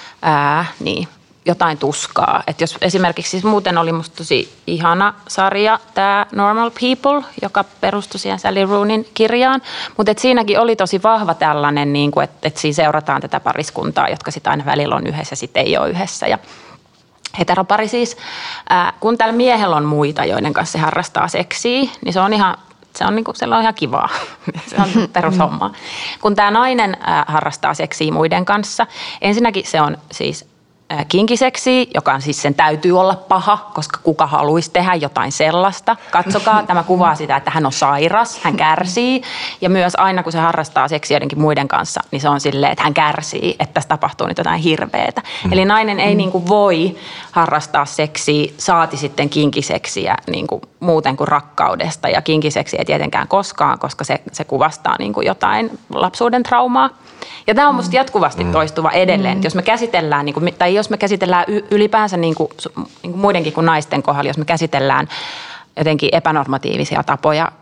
jotain tuskaa. Että jos esimerkiksi siis muuten oli musta tosi ihana sarja tämä Normal People, joka perustui siihen Sally Rooneyn kirjaan, mutta siinäkin oli tosi vahva tällainen, niin kuin, että siinä seurataan tätä pariskuntaa, jotka sitten aina välillä on yhdessä ja sitten ei ole yhdessä. Ja heteropari siis, kun tällä miehellä on muita, joiden kanssa se harrastaa seksiä, niin se on ihan kivaa. Se on perushommaa. Kun tämä nainen harrastaa seksiä muiden kanssa, ensinnäkin se on siis kinkiseksiä, joka on siis sen täytyy olla paha, koska kuka haluaisi tehdä jotain sellaista. Katsokaa, tämä kuvaa sitä, että hän on sairas, hän kärsii. Ja myös aina, kun se harrastaa seksiä joidenkin muiden kanssa, niin se on silleen, että hän kärsii, että tässä tapahtuu nyt jotain hirveätä. Eli nainen ei niin kuin voi harrastaa seksiä, saati sitten kinkiseksiä niin kuin muuten kuin rakkaudesta. Ja kinkiseksiä ei tietenkään koskaan, koska se kuvastaa niin kuin jotain lapsuuden traumaa. Ja tämä on musta jatkuvasti toistuva edelleen. Jos me käsitellään, tai jos me käsitellään ylipäänsä niin kuin muidenkin kuin naisten kohdalla, jos me käsitellään jotenkin epänormatiivisia tapoja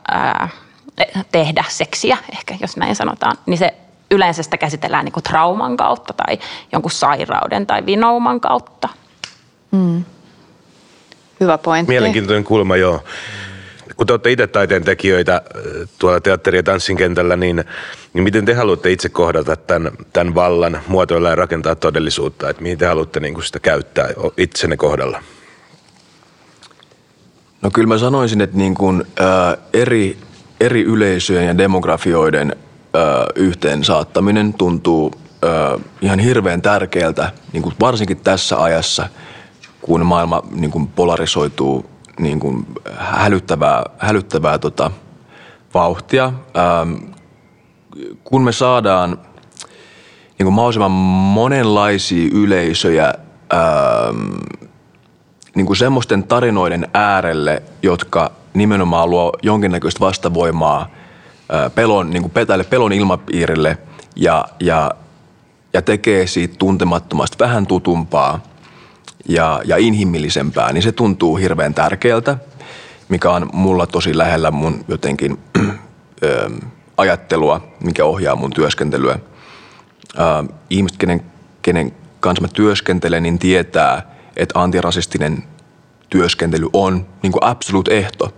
tehdä seksiä, ehkä jos näin sanotaan, niin se yleensä sitä käsitellään niin kuin trauman kautta tai jonkun sairauden tai vinouman kautta. Hyvä pointti. Mielenkiintoinen kulma, joo. Kun te olette itse taiteen tekijöitä tuolla teatteri- ja tanssin kentällä, niin miten te haluatte itse kohdata tämän vallan, muotoilla ja rakentaa todellisuutta? Että mihin te haluatte niin kuin sitä käyttää itsenne kohdalla? No kyllä mä sanoisin, että niin kuin, eri yleisöjen ja demografioiden yhteen saattaminen tuntuu ihan hirveän tärkeältä, niin kuin varsinkin tässä ajassa, kun maailma niin kuin polarisoituu niin kuin hälyttävää vauhtia. kun me saadaan niin kuin mahdollisimman monenlaisia yleisöjä niin kuin semmoisten tarinoiden äärelle, jotka nimenomaan luo jonkinnäköistä vastavoimaa niin kuin tälle pelon ilmapiirille ja tekee siitä tuntemattomasta vähän tutumpaa ja inhimillisempää, niin se tuntuu hirveän tärkeältä, mikä on mulla tosi lähellä mun jotenkin ajattelua, mikä ohjaa mun työskentelyä. Ihmiset, kenen kanssa mä työskentelen, niin tietää, että antirasistinen työskentely on niin kuin absolute ehto.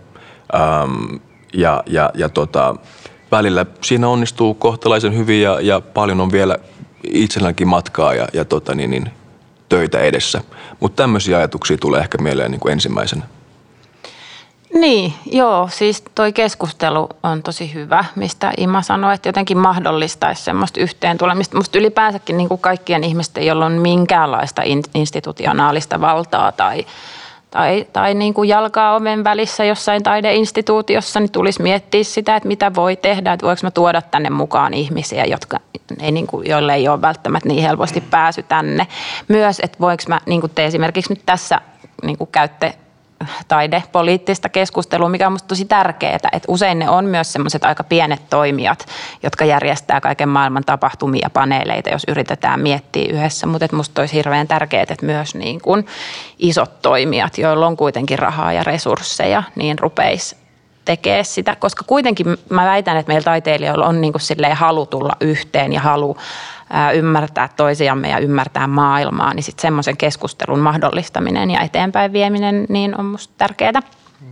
Välillä siinä onnistuu kohtalaisen hyvin ja paljon on vielä itselläkin matkaa ja töitä edessä. Mutta tämmöisiä ajatuksia tulee ehkä mieleen niin kuin ensimmäisenä. Niin, joo, siis toi keskustelu on tosi hyvä, mistä Ima sanoi, että jotenkin mahdollistaisi semmoista yhteen tulemista. Musta ylipäänsäkin niin kuin kaikkien ihmisten, jolla on minkäänlaista institutionaalista valtaa tai niin kuin jalkaa oven välissä jossain taideinstituutiossa, niin tulisi miettiä sitä, että mitä voi tehdä, että voiko mä tuoda tänne mukaan ihmisiä, joille ei ole välttämättä niin helposti pääsy tänne. Myös, että voiko mä, niin kuin te esimerkiksi nyt tässä niin kuin käytte taidepoliittista keskustelua, mikä on musta tosi tärkeää, että usein ne on myös semmoiset aika pienet toimijat, jotka järjestää kaiken maailman tapahtumia ja paneeleita, jos yritetään miettiä yhdessä, mutta musta olisi hirveän tärkeää, että myös niin kuin isot toimijat, joilla on kuitenkin rahaa ja resursseja, niin rupeisi tekee sitä, koska kuitenkin mä väitän, että meillä taiteilijoilla on niin kuin silleen halu tulla yhteen ja halu ymmärtää toisiamme ja ymmärtää maailmaa, niin sitten semmoisen keskustelun mahdollistaminen ja eteenpäin vieminen niin on musta tärkeää.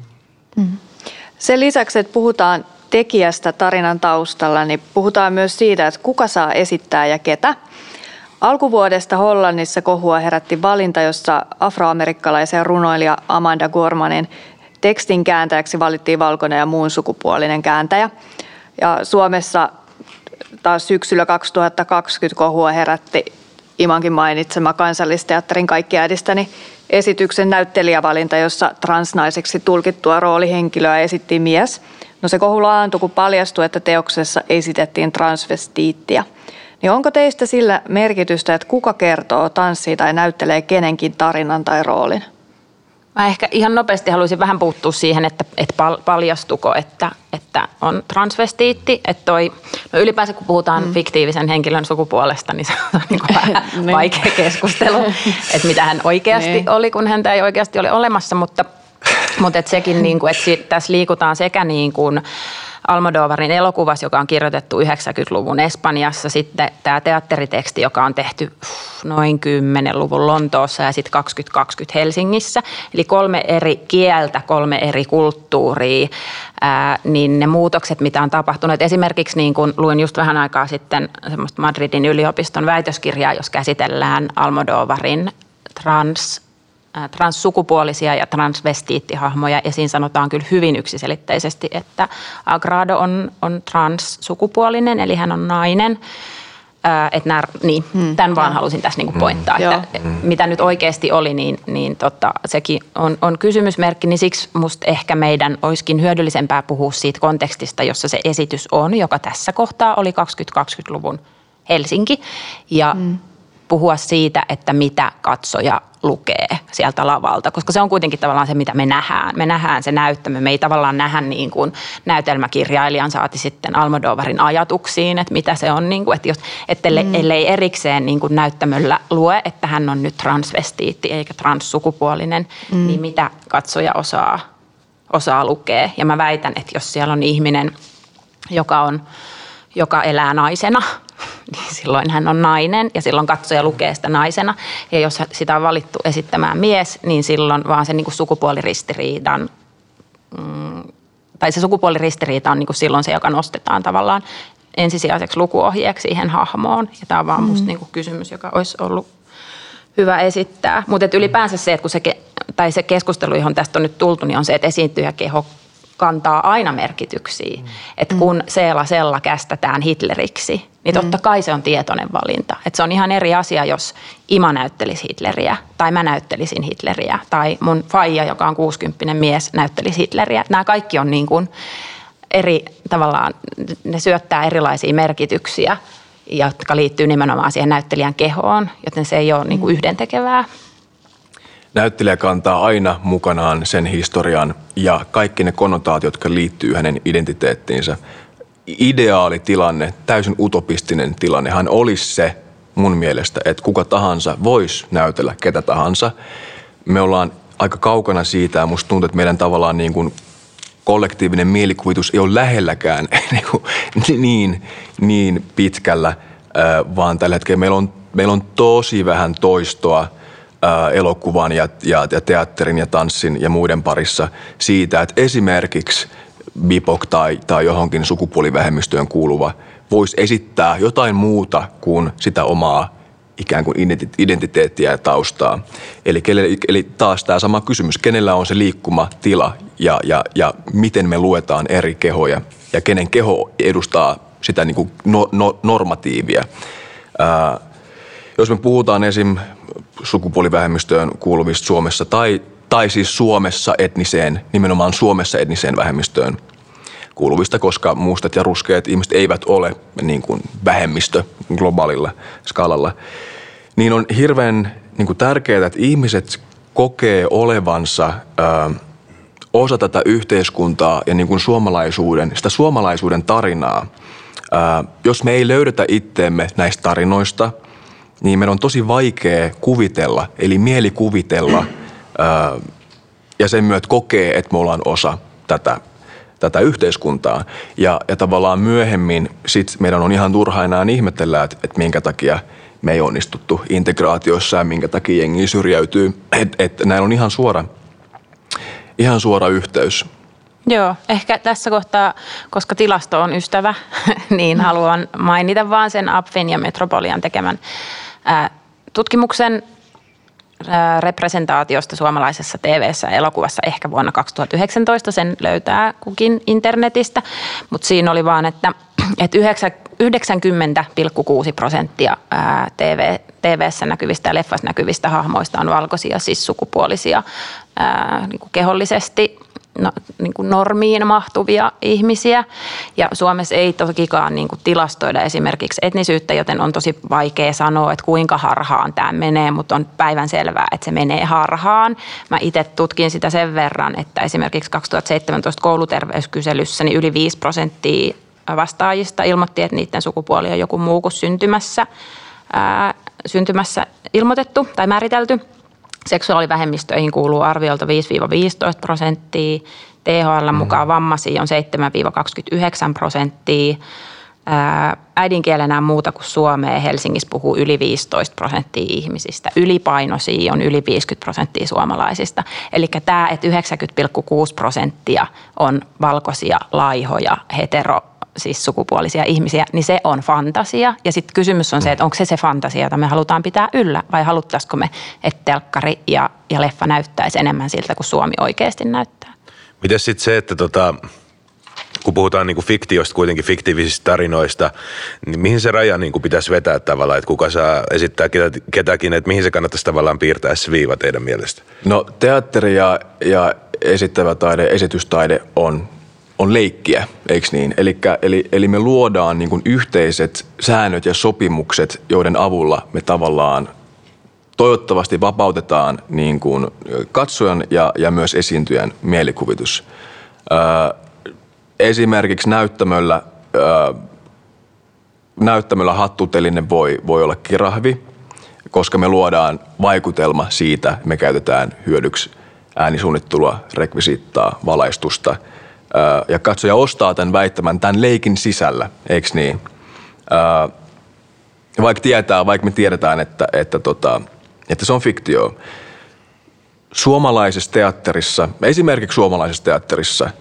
Sen lisäksi, että puhutaan tekijästä tarinan taustalla, niin puhutaan myös siitä, että kuka saa esittää ja ketä. Alkuvuodesta Hollannissa kohua herätti valinta, jossa afroamerikkalaisen runoilija Amanda Gormanin tekstin kääntäjäksi valittiin valkoinen ja muun sukupuolinen kääntäjä. Ja Suomessa taas syksyllä 2020 kohua herätti Imankin mainitsema Kansallisteatterin Kaikkiäidistäni esityksen näyttelijävalinta, jossa transnaiseksi tulkittua roolihenkilöä esitti mies. No se kohu laantui, kun paljastui, että teoksessa esitettiin transvestiittiä. Niin onko teistä sillä merkitystä, että kuka kertoo, tanssii tai näyttelee kenenkin tarinan tai roolin? Mä ehkä ihan nopeasti haluaisin vähän puuttua siihen, että paljastuko, että on transvestiitti. Että ylipäänsä kun puhutaan fiktiivisen henkilön sukupuolesta, niin se on niin kuin vähän vaikea keskustelu, että mitä hän oikeasti oli, kun häntä ei oikeasti ole olemassa. Mutta että sekin, niin kuin, että tässä liikutaan sekä niin kuin Almodovarin elokuvassa, joka on kirjoitettu 90-luvun Espanjassa, sitten tämä teatteriteksti, joka on tehty noin 10-luvun Lontoossa ja sitten 2020 Helsingissä. Eli 3 eri kieltä, 3 eri kulttuuria, niin ne muutokset, mitä on tapahtunut. Esimerkiksi niin kun luin just vähän aikaa sitten semmoista Madridin yliopiston väitöskirjaa, jos käsitellään Almodovarin transsukupuolisia ja transvestiittihahmoja, ja siinä sanotaan kyllä hyvin yksiselitteisesti, että Agrado on transsukupuolinen, eli hän on nainen. Tämän vaan halusin tässä niinku pointtaa, että mitä nyt oikeasti oli, niin sekin on kysymysmerkki, niin siksi musta ehkä meidän olisikin hyödyllisempää puhua siitä kontekstista, jossa se esitys on, joka tässä kohtaa oli 2020-luvun Helsinki, ja puhua siitä, että mitä katsoja lukee sieltä lavalta, koska se on kuitenkin tavallaan se, mitä me nähdään. Me nähdään se näyttämö. Me ei tavallaan nähdä niin kuin näytelmäkirjailijan saati sitten Almodovarin ajatuksiin, että mitä se on, niin kuin, että ellei erikseen niin kuin näyttämöllä lue, että hän on nyt transvestiitti eikä transsukupuolinen, niin mitä katsoja osaa lukea. Ja mä väitän, että jos siellä on ihminen, joka elää naisena, niin silloin hän on nainen ja silloin katsoja lukee sitä naisena. Ja jos sitä on valittu esittämään mies, niin silloin vaan se niin kuin sukupuoliristiriidan, tai se sukupuoliristiriita on niin kuin silloin se, joka nostetaan tavallaan ensisijaiseksi lukuohjeeksi siihen hahmoon. Ja tämä on vaan musta niin kuin kysymys, joka olisi ollut hyvä esittää. Mutta ylipäänsä se, että kun se keskustelu, johon tästä on nyt tultu, niin on se, että esiintyjäkeho kantaa aina merkityksiä. Että kun Sella kästetään Hitleriksi, niin totta kai se on tietoinen valinta. Että se on ihan eri asia, jos Ima näyttelisi Hitleriä tai mä näyttelisin Hitleriä tai mun faija, joka on 60 mies, näyttelisi Hitleriä. Nämä kaikki on niin kuin tavallaan ne syöttää erilaisia merkityksiä, jotka liittyy nimenomaan siihen näyttelijän kehoon, joten se ei ole niin kuin yhdentekevää. Näyttelijä kantaa aina mukanaan sen historian ja kaikki ne konnotaatiot, jotka liittyy hänen identiteettiinsä. Ideaalitilanne, täysin utopistinen tilannehan olisi se mun mielestä, että kuka tahansa voisi näytellä ketä tahansa. Me ollaan aika kaukana siitä ja musta tuntuu, että meidän tavallaan niin kuin kollektiivinen mielikuvitus ei ole lähelläkään niin pitkällä, vaan tällä hetkellä meillä on tosi vähän toistoa elokuvan ja teatterin ja tanssin ja muiden parissa siitä, että esimerkiksi BIPOC tai johonkin sukupuolivähemmistöön kuuluva voisi esittää jotain muuta kuin sitä omaa ikään kuin identiteettiä ja taustaa. Eli taas tämä sama kysymys, kenellä on se liikkumatila ja miten me luetaan eri kehoja ja kenen keho edustaa sitä niin kuin normatiivia. Jos me puhutaan esim. Sukupuolivähemmistöön kuuluvista Suomessa tai siis nimenomaan Suomessa etniseen vähemmistöön kuuluvista, koska mustat ja ruskeat ihmiset eivät ole niin kuin vähemmistö globaalilla skaalalla, niin on hirveän niin kuin tärkeää, että ihmiset kokee olevansa osa tätä yhteiskuntaa ja niin kuin sitä suomalaisuuden tarinaa. Jos me ei löydetä itteemme näistä tarinoista, niin meidän on tosi vaikea kuvitella, eli mielikuvitella ja sen myötä kokee, että me ollaan osa tätä yhteiskuntaa. Ja tavallaan myöhemmin sit meidän on ihan turha enää ihmetellä, että minkä takia me ei onnistuttu integraatiossa ja minkä takia jengi syrjäytyy. Että näillä on ihan suora yhteys. Joo, ehkä tässä kohtaa, koska tilasto on ystävä, niin haluan mainita vaan sen Apfin ja Metropolian tekemän tutkimuksen representaatiosta suomalaisessa TV:ssä ja elokuvassa ehkä vuonna 2019. Sen löytää kukin internetistä, mutta siinä oli vaan, että 90,6% TV:ssä näkyvistä ja leffassa näkyvistä hahmoista on valkoisia, siis sukupuolisia, niin kuin kehollisesti niin kuin normiin mahtuvia ihmisiä. Ja Suomessa ei tokikaan niin kuin tilastoida esimerkiksi etnisyyttä, joten on tosi vaikea sanoa, että kuinka harhaan tämä menee, mutta on päivänselvää, että se menee harhaan. Mä itse tutkin sitä sen verran, että esimerkiksi 2017 kouluterveyskyselyssä niin yli 5% vastaajista ilmoitti, että niiden sukupuoli on joku muu kuin syntymässä ilmoitettu tai määritelty. Seksuaalivähemmistöihin kuuluu arviolta 5-15%. THL mukaan vammaisia on 7-29%. Äidinkielenään muuta kuin suomea Helsingissä puhuu yli 15% ihmisistä. Ylipainoisia on yli 50% suomalaisista. Eli tämä, että 90,6% on valkoisia, laihoja, siis sukupuolisia ihmisiä, niin se on fantasia. Ja sitten kysymys on se, että onko se fantasia, jota me halutaan pitää yllä, vai haluttaisiko me, että telkkari ja leffa näyttäisi enemmän siltä, kuin Suomi oikeasti näyttää? Mites sitten se, että kun puhutaan niinku fiktiosta, kuitenkin fiktiivisistä tarinoista, niin mihin se raja niinku pitäisi vetää tavallaan, että kuka saa esittää ketäkin, että mihin se kannattaisi tavallaan piirtää se viiva teidän mielestä? No teatteri ja esittävä taide, esitystaide on leikkiä, eikö niin? Eli me luodaan niin kuin yhteiset säännöt ja sopimukset, joiden avulla me tavallaan toivottavasti vapautetaan niin kuin katsojan ja myös esiintyjän mielikuvitus. Esimerkiksi näyttämöllä hattuteline voi olla kirahvi, koska me luodaan vaikutelma siitä, me käytetään hyödyksi äänisuunnittelua, rekvisiittaa, valaistusta. Ja katsoja ostaa tämän väittämän tämän leikin sisällä, eikö niin? Vaikka me tiedetään, että se on fiktio. Esimerkiksi suomalaisessa teatterissa,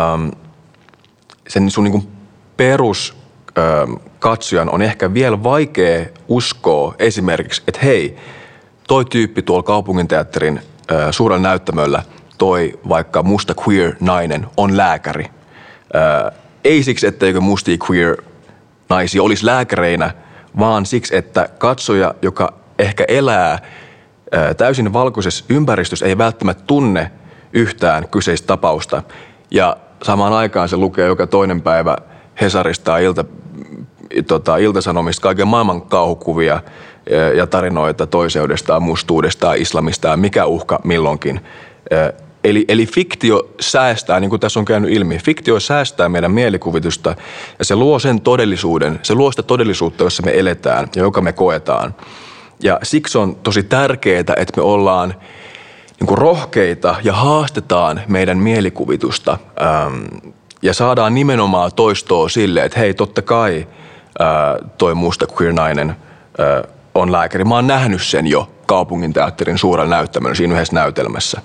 sen sun niin kuin peruskatsojan on ehkä vielä vaikea uskoa esimerkiksi, että hei, toi tyyppi tuolla kaupunginteatterin suurella näyttämöllä, toi vaikka musta queer nainen on lääkäri. Ei siksi, etteikö mustia queer naisia olisi lääkäreinä, vaan siksi, että katsoja, joka ehkä elää täysin valkoisessa ympäristössä, ei välttämättä tunne yhtään kyseistä tapausta. Ja samaan aikaan se lukee joka toinen päivä Hesarista ja Ilta-Sanomista kaiken maailman kauhukuvia ja tarinoita toiseudesta, mustuudesta, islamista, mikä uhka milloinkin. Eli fiktio säästää, niin kuin tässä on käynyt ilmi, fiktio säästää meidän mielikuvitusta ja se luo sen todellisuuden, se luo sitä todellisuutta, jossa me eletään ja joka me koetaan. Ja siksi on tosi tärkeää, että me ollaan niin kuin rohkeita ja haastetaan meidän mielikuvitusta ja saadaan nimenomaan toistoa sille, että hei, totta kai toi musta queer-nainen on lääkäri. Mä oon nähnyt sen jo Kaupunginteatterin suurella näyttämöllä siinä yhdessä näytelmässä.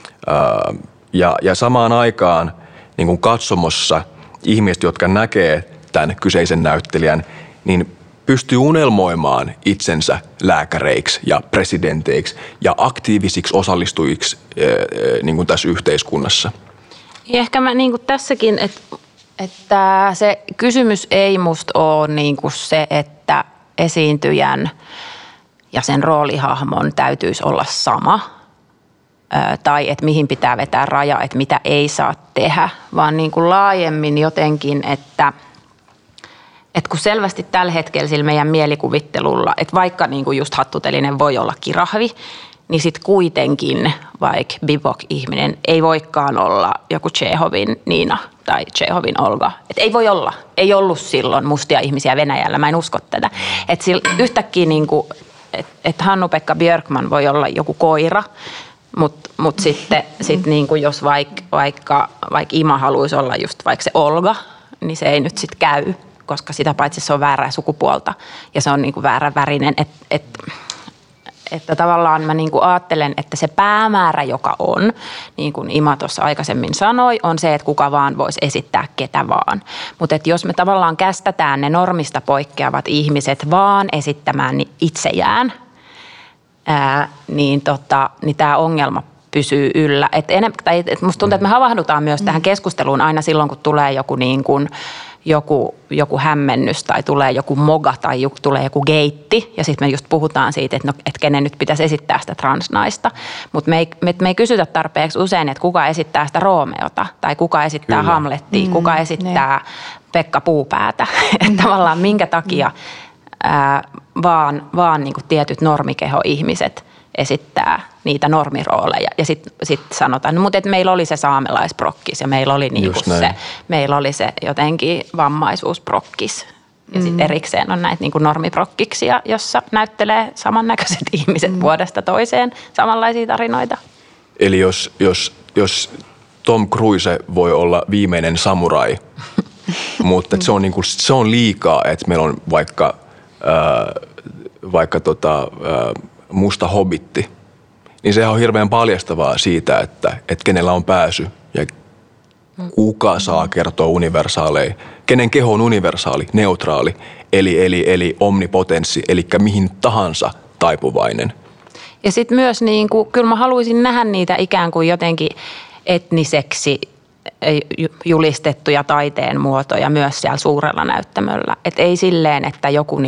Ja samaan aikaan niin kuin katsomossa ihmiset, jotka näkee tämän kyseisen näyttelijän, niin pystyy unelmoimaan itsensä lääkäreiksi ja presidenteiksi ja aktiivisiksi osallistujiksi niin kuin tässä yhteiskunnassa. Ehkä mä niin kuin tässäkin, että se kysymys ei musta ole niin kuin se, että esiintyjän ja sen roolihahmon täytyisi olla sama tai että mihin pitää vetää raja, että mitä ei saa tehdä, vaan niin kuin laajemmin jotenkin, että kun selvästi tällä hetkellä sillä meidän mielikuvittelulla, että vaikka niin kuin just Hattutelinen voi olla kirahvi, niin sitten kuitenkin vaikka bebop-ihminen ei voikaan olla joku Tšehovin Niina tai Tšehovin Olga. Että ei voi olla. Ei ollut silloin mustia ihmisiä Venäjällä. Mä en usko tätä. Että yhtäkkiä niin kuin, että Hannu-Pekka Björkman voi olla joku koira, mutta sitten niin kuin jos vaikka Ima haluaisi olla just vaikka se Olga, niin se ei nyt sitten käy, koska sitä paitsi se on väärää sukupuolta ja se on niin kuin väärän värinen, että tavallaan mä niin kuin ajattelen, että se päämäärä, joka on, niin kuin Ima tuossa aikaisemmin sanoi, on se, että kuka vaan voisi esittää ketä vaan. Mutta jos me tavallaan kästetään ne normista poikkeavat ihmiset vaan esittämään itsejään, niin tämä ongelma pysyy yllä. Musta tuntuu, että me havahdutaan myös tähän keskusteluun aina silloin, kun tulee joku niin kuin joku hämmennys tai tulee joku moga tai tulee joku geitti ja sitten me just puhutaan siitä, että kenen nyt pitäisi esittää sitä transnaista. Mutta me ei kysytä tarpeeksi usein, että kuka esittää sitä Roomeota tai kuka esittää Hamlettia, kuka esittää Pekka Puupäätä. Että tavallaan minkä takia vaan niin kuin tietyt normikeho-ihmiset esittää niitä normirooleja. Ja sitten sanotaan, mutta meillä oli se saamelaisprokkis ja meillä oli se jotenkin vammaisuusprokkis. Ja sitten erikseen on näitä niin kuin normiprokkiksia, jossa näyttelee samannäköiset ihmiset vuodesta toiseen samanlaisia tarinoita. Eli jos Tom Cruise voi olla viimeinen samurai, mutta se on liikaa, että meillä on vaikka musta hobbitti, niin sehän on hirveän paljastavaa siitä, että kenellä on pääsy ja kuka saa kertoa universaaleja, kenen keho on universaali, neutraali, eli omnipotenssi, eli mihin tahansa taipuvainen. Ja sitten myös, niin kuin, kyllä mä haluaisin nähdä niitä ikään kuin jotenkin etniseksi julistettuja taiteen muotoja myös siellä suurella näyttämöllä. Et ei silleen, että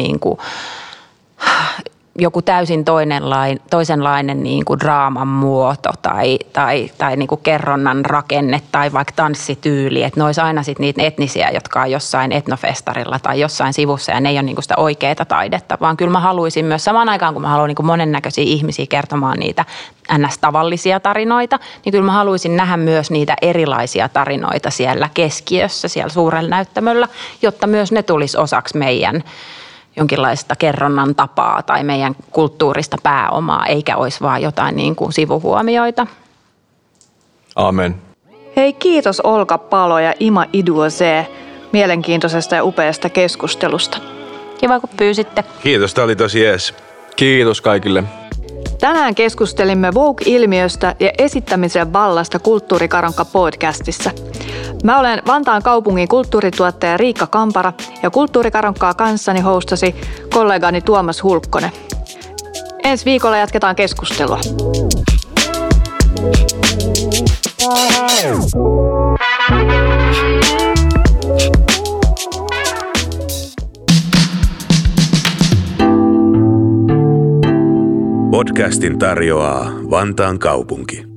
joku täysin toisenlainen niin kuin draaman muoto tai niin kuin kerronnan rakenne tai vaikka tanssityyli. Että ne olisi aina sit niitä etnisiä, jotka on jossain etnofestarilla tai jossain sivussa ja ne ei ole niin kuin sitä oikeaa taidetta. Vaan kyllä mä haluaisin myös samaan aikaan, kun mä haluan niin kuin monennäköisiä ihmisiä kertomaan niitä ns-tavallisia tarinoita, niin kyllä mä haluaisin nähdä myös niitä erilaisia tarinoita siellä keskiössä, siellä suurella näyttämöllä, jotta myös ne tulisi osaksi meidän jonkinlaista kerronnan tapaa tai meidän kulttuurista pääomaa, eikä olisi vaan jotain niin kuin sivuhuomioita. Amen. Hei, kiitos Olga Palo ja Ima Iduose mielenkiintoisesta ja upeasta keskustelusta. Kiva, kun pyysitte. Kiitos, tämä oli tosi jees. Kiitos kaikille. Tänään keskustelimme Vogue-ilmiöstä ja esittämisen vallasta Kulttuurikaronkka-podcastissa. Mä olen Vantaan kaupungin kulttuurituottaja Riikka Kampara ja Kulttuurikaronkkaa kanssani hostasi kollegani Tuomas Hulkkonen. Ensi viikolla jatketaan keskustelua. Podcastin tarjoaa Vantaan kaupunki.